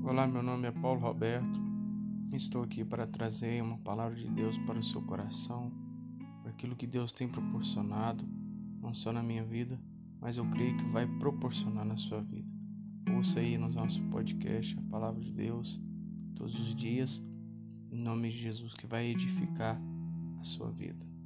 Olá, meu nome é Paulo Roberto. Estou aqui para trazer uma palavra de Deus para o seu coração, para aquilo que Deus tem proporcionado, não só na minha vida, mas eu creio que vai proporcionar na sua vida. Ouça aí no nosso podcast a palavra de Deus todos os dias, em nome de Jesus, que vai edificar a sua vida.